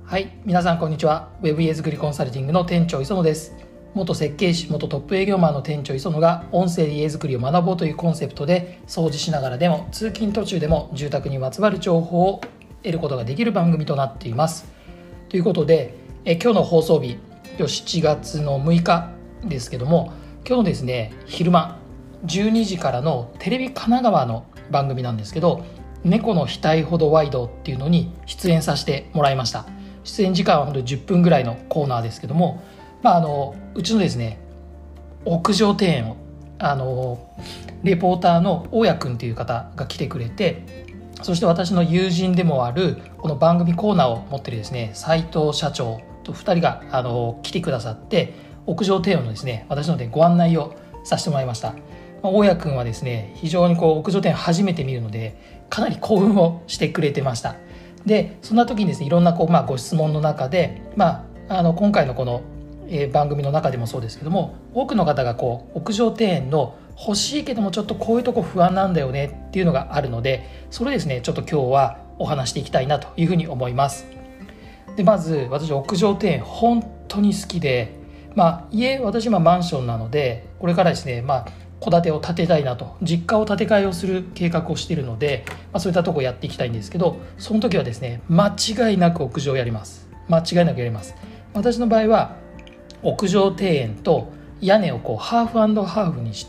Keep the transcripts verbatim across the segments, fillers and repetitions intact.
はい、皆さんこんにちは。ウェブ家づくりコンサルティングの店長磯野です。元設計士、元トップ営業マンの店長磯野が音声で家づくりを学ぼうというコンセプトで、掃除しながらでも通勤途中でも住宅にまつわる情報を得ることができる番組となっています。ということで、え今日の放送日しちがつのむいかですけども、今日のですね昼間じゅうにじからのテレビ神奈川の番組なんですけど、猫の額ほどワイドっていうのに出演させてもらいました。出演時間は本当にじゅっぷんぐらいのコーナーですけども、まあ、あのうちのですね屋上庭園をあのレポーターの大谷くんという方が来てくれて、そして私の友人でもあるこの番組コーナーを持っているですね斉藤社長とふたりがあの来てくださって、屋上庭園のですね私のでご案内をさせてもらいました。まあ、大谷くんはですね非常にこう屋上庭園初めて見るのでかなり興奮をしてくれてました。でそんな時にですねいろんなこう、まあ、ご質問の中で、まあ、あの今回のこの、えー、番組の中でもそうですけども、多くの方がこう屋上庭園の欲しいけどもちょっとこういうとこ不安なんだよねっていうのがあるので、それですねちょっと今日はお話していきたいなというふうに思います。でまず私屋上庭園本当に好きで、まあ、家私今マンションなのでこれからですね、まあ戸建てを建てたいなと、実家を建て替えをする計画をしているので、まあ、そういったところをやっていきたいんですけど、その時はですね間違いなく屋上をやります間違いなくやります。私の場合は屋上庭園と屋根をこうハーフ&ハーフにして、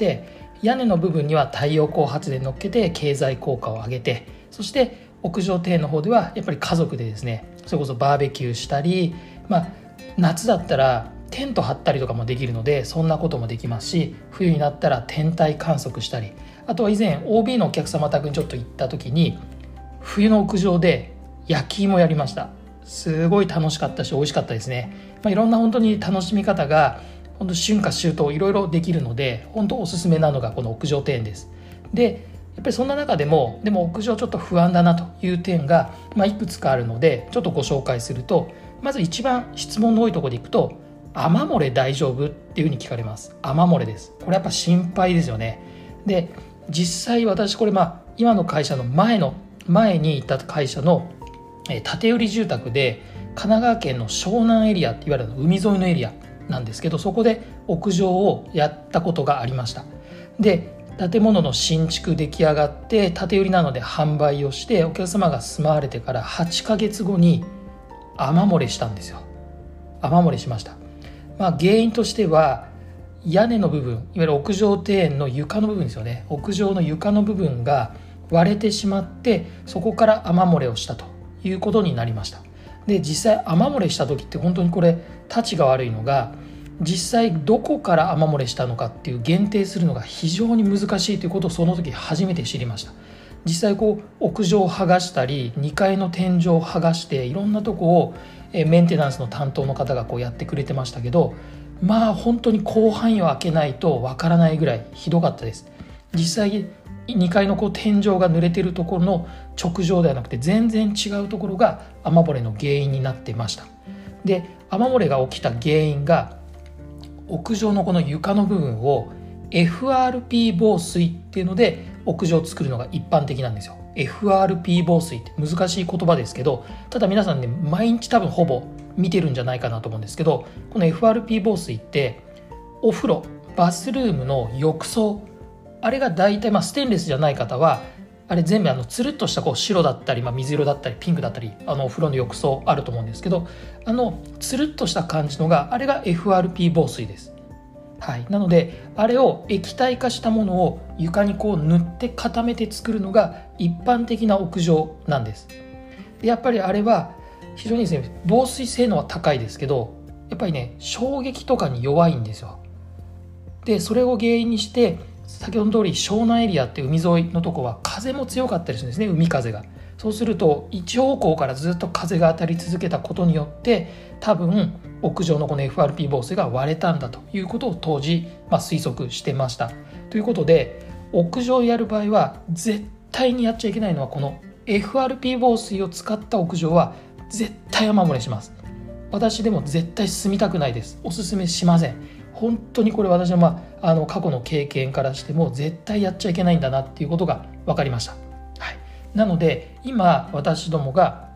屋根の部分には太陽光発電乗っけて経済効果を上げて、そして屋上庭園の方ではやっぱり家族でですねそれこそバーベキューしたり、まあ、夏だったらテント張ったりとかもできるのでそんなこともできますし、冬になったら天体観測したり、あとは以前 オービー のお客様宅にちょっと行った時に冬の屋上で焼き芋やりました。すごい楽しかったし美味しかったですね。まあ、いろんな本当に楽しみ方が本当春夏秋冬いろいろできるので、本当おすすめなのがこの屋上庭園です。でやっぱりそんな中でもでも屋上ちょっと不安だなという点が、まあ、いくつかあるのでちょっとご紹介すると、まず一番質問の多いところでいくと、雨漏れ大丈夫っていうふうに聞かれます。雨漏れです。これやっぱ心配ですよね。で実際私これまあ今の会社の前の前にいた会社の建て売り住宅で、神奈川県の湘南エリアっていわれる海沿いのエリアなんですけど、そこで屋上をやったことがありました。で建物の新築出来上がって建て売りなので販売をしてお客様が住まわれてからはちかげつごに雨漏れしたんですよ。雨漏れしました。まあ、原因としては屋根の部分、いわゆる屋上庭園の床の部分ですよね。屋上の床の部分が割れてしまって、そこから雨漏れをしたということになりました。で実際雨漏れした時って本当にこれたちが悪いのが、実際どこから雨漏れしたのかっていう限定するのが非常に難しいということをその時初めて知りました。実際こう屋上を剥がしたりにかいの天井を剥がしていろんなとこをメンテナンスの担当の方がこうやってくれてましたけど、まあ本当に広範囲を開けないとわからないぐらいひどかったです。実際にかいのこう天井が濡れてるところの直上ではなくて全然違うところが雨漏れの原因になってました。で雨漏れが起きた原因が屋上のこの床の部分を エフアールピー 防水っていうので屋上を作るのが一般的なんですよ。 エフアールピー 防水って難しい言葉ですけど、ただ皆さんね毎日多分ほぼ見てるんじゃないかなと思うんですけど、この エフアールピー 防水ってお風呂バスルームの浴槽、あれが大体、まあ、ステンレスじゃない方はあれ全部あのつるっとしたこう白だったり、まあ、水色だったりピンクだったりあのお風呂の浴槽あると思うんですけど、あのつるっとした感じのがあれが エフアールピー 防水です。はい、なのであれを液体化したものを床にこう塗って固めて作るのが一般的な屋上なんです。でやっぱりあれは非常にですね防水性能は高いですけど、やっぱりね衝撃とかに弱いんですよ。でそれを原因にして先ほどの通り湘南エリアって海沿いのとこは風も強かったりするんですね、海風が。そうすると一方向からずっと風が当たり続けたことによって多分屋上のこの エフアールピー 防水が割れたんだということを当時、まあ、推測してました。ということで屋上をやる場合は絶対にやっちゃいけないのはこの エフアールピー 防水を使った屋上は絶対雨漏れします。私でも絶対住みたくないです。おすすめしません。本当にこれ私の、まあ、あの過去の経験からしても絶対やっちゃいけないんだなっていうことが分かりました。はい、なので今私どもが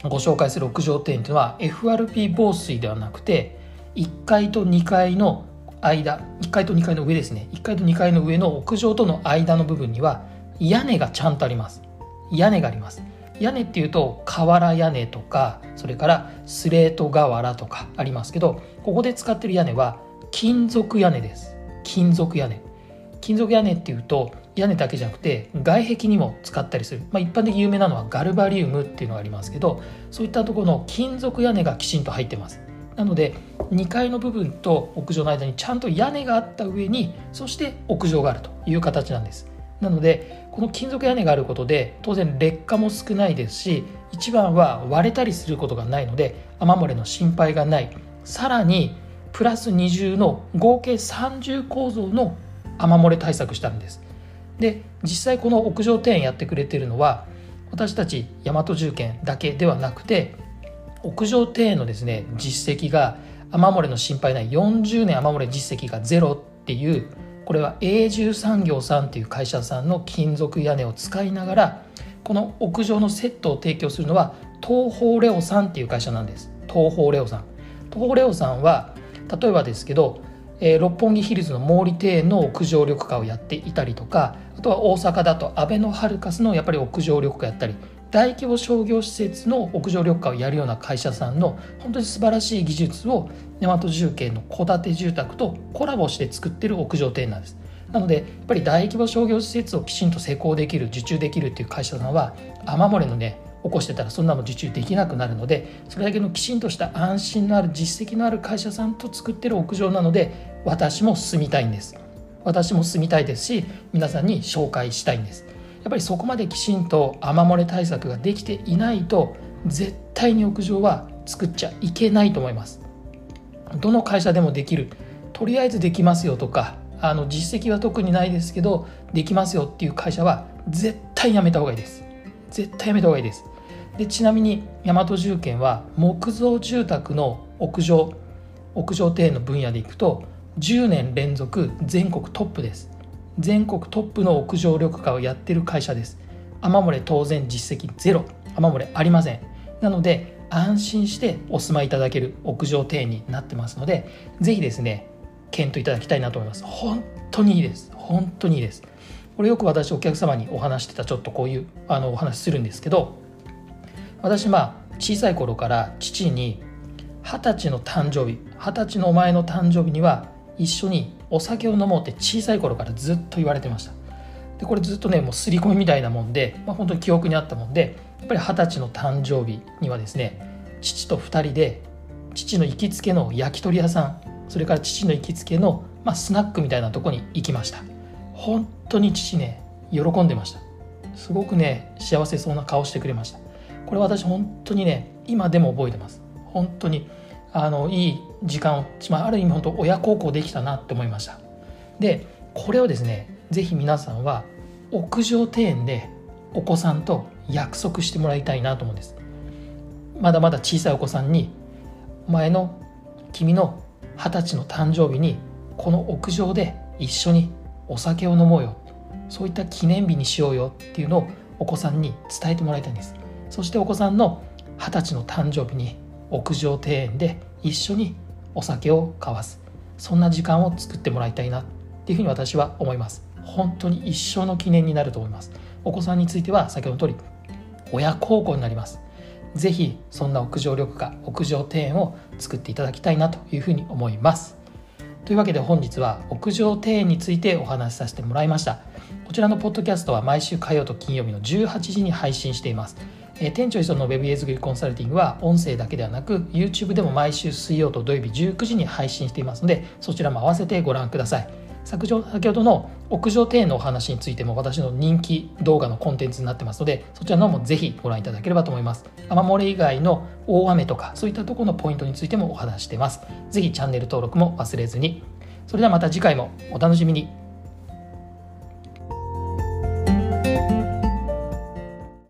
ご紹介する屋上庭園というのは エフアールピー 防水ではなくて、いっかいとにかいの間、いっかいとにかいの上ですね、いっかいとにかいの上の屋上との間の部分には屋根がちゃんとあります。屋根があります。屋根っていうと瓦屋根とか、それからスレート瓦とかありますけど、ここで使ってる屋根は金属屋根です。金属屋根。金属屋根っていうと屋根だけじゃなくて外壁にも使ったりする、まあ、一般的に有名なのはガルバリウムっていうのがありますけど、そういったところの金属屋根がきちんと入ってます。なのでにかいの部分と屋上の間にちゃんと屋根があった上に、そして屋上があるという形なんです。なのでこの金属屋根があることで当然劣化も少ないですし、一番は割れたりすることがないので雨漏れの心配がない。さらにプラスに重の合計さん重構造の雨漏れ対策したんです。で実際この屋上庭園やってくれているのは私たち大和重建だけではなくて、屋上庭園のですね実績が雨漏れの心配ないよんじゅうねん雨漏れ実績がゼロっていう、これは永住産業さんっていう会社さんの金属屋根を使いながら、この屋上のセットを提供するのは東方レオさんっていう会社なんです。東方レオさん東方レオさんは例えばですけど、えー、六本木ヒルズの毛利庭園の屋上緑化をやっていたりとか、あとは大阪だとアベノハルカスのやっぱり屋上緑化やったり、大規模商業施設の屋上緑化をやるような会社さんの本当に素晴らしい技術を大和重建の戸建て住宅とコラボして作っている屋上庭園なんです。なのでやっぱり大規模商業施設をきちんと施工できる、受注できるっていう会社さんは雨漏れのね起こしてたらそんなの受注できなくなるので、それだけのきちんとした安心のある実績のある会社さんと作っている屋上なので、私も住みたいんです。私も住みたいですし、皆さんに紹介したいんです。やっぱりそこまできちんと雨漏れ対策ができていないと絶対に屋上は作っちゃいけないと思います。どの会社でもできる、とりあえずできますよとか、あの実績は特にないですけどできますよっていう会社は絶対やめた方がいいです。絶対やめた方がいいです。でちなみに大和重建は木造住宅の屋上屋上庭園の分野でいくとじゅうねん連続全国トップです。全国トップの屋上緑化をやっている会社です。雨漏れ当然実績ゼロ、雨漏れありません。なので安心してお住まいいただける屋上庭園になってますので、ぜひですね検討いただきたいなと思います。本当にいいです。本当にいいです。これよく私お客様にお話してたちょっとこういうあのお話するんですけど、私まあ小さい頃から父に二十歳の誕生日二十歳のお前の誕生日には一緒にお酒を飲もうって小さい頃からずっと言われてました。でこれずっとねもう刷り込みみたいなもんで、まあ、本当に記憶にあったもんで、やっぱり二十歳の誕生日にはですね父と二人で父の行きつけの焼き鳥屋さん、それから父の行きつけの、まあ、スナックみたいなとこに行きました。本当に父ね喜んでました。すごくね幸せそうな顔してくれました。これ私本当にね今でも覚えてます。本当にあのいい時間を、まあ、ある意味本当親孝行できたなって思いました。でこれをですねぜひ皆さんは屋上庭園でお子さんと約束してもらいたいなと思うんです。まだまだ小さいお子さんにお前の君の二十歳の誕生日にこの屋上で一緒にお酒を飲もうよ、そういった記念日にしようよっていうのをお子さんに伝えてもらいたいんです。そしてお子さんの二十歳の誕生日に屋上庭園で一緒にお酒を交わす、そんな時間を作ってもらいたいなっていうふうに私は思います。本当に一生の記念になると思います。お子さんについては先ほどの通り親孝行になります。ぜひそんな屋上緑化屋上庭園を作っていただきたいなというふうに思います。というわけで本日は屋上庭園についてお話しさせてもらいました。こちらのポッドキャストは毎週火曜と金曜日のじゅうはちじに配信しています。えー、店長磯野の Web 家づくりコンサルティングは音声だけではなく YouTube でも毎週水曜と土曜日じゅうくじに配信していますので、そちらも合わせてご覧ください。先ほどの屋上庭園のお話についても私の人気動画のコンテンツになってますので、そちらの方もぜひご覧いただければと思います。雨漏れ以外の大雨とかそういったところのポイントについてもお話しています。ぜひチャンネル登録も忘れずに。それではまた次回もお楽しみに。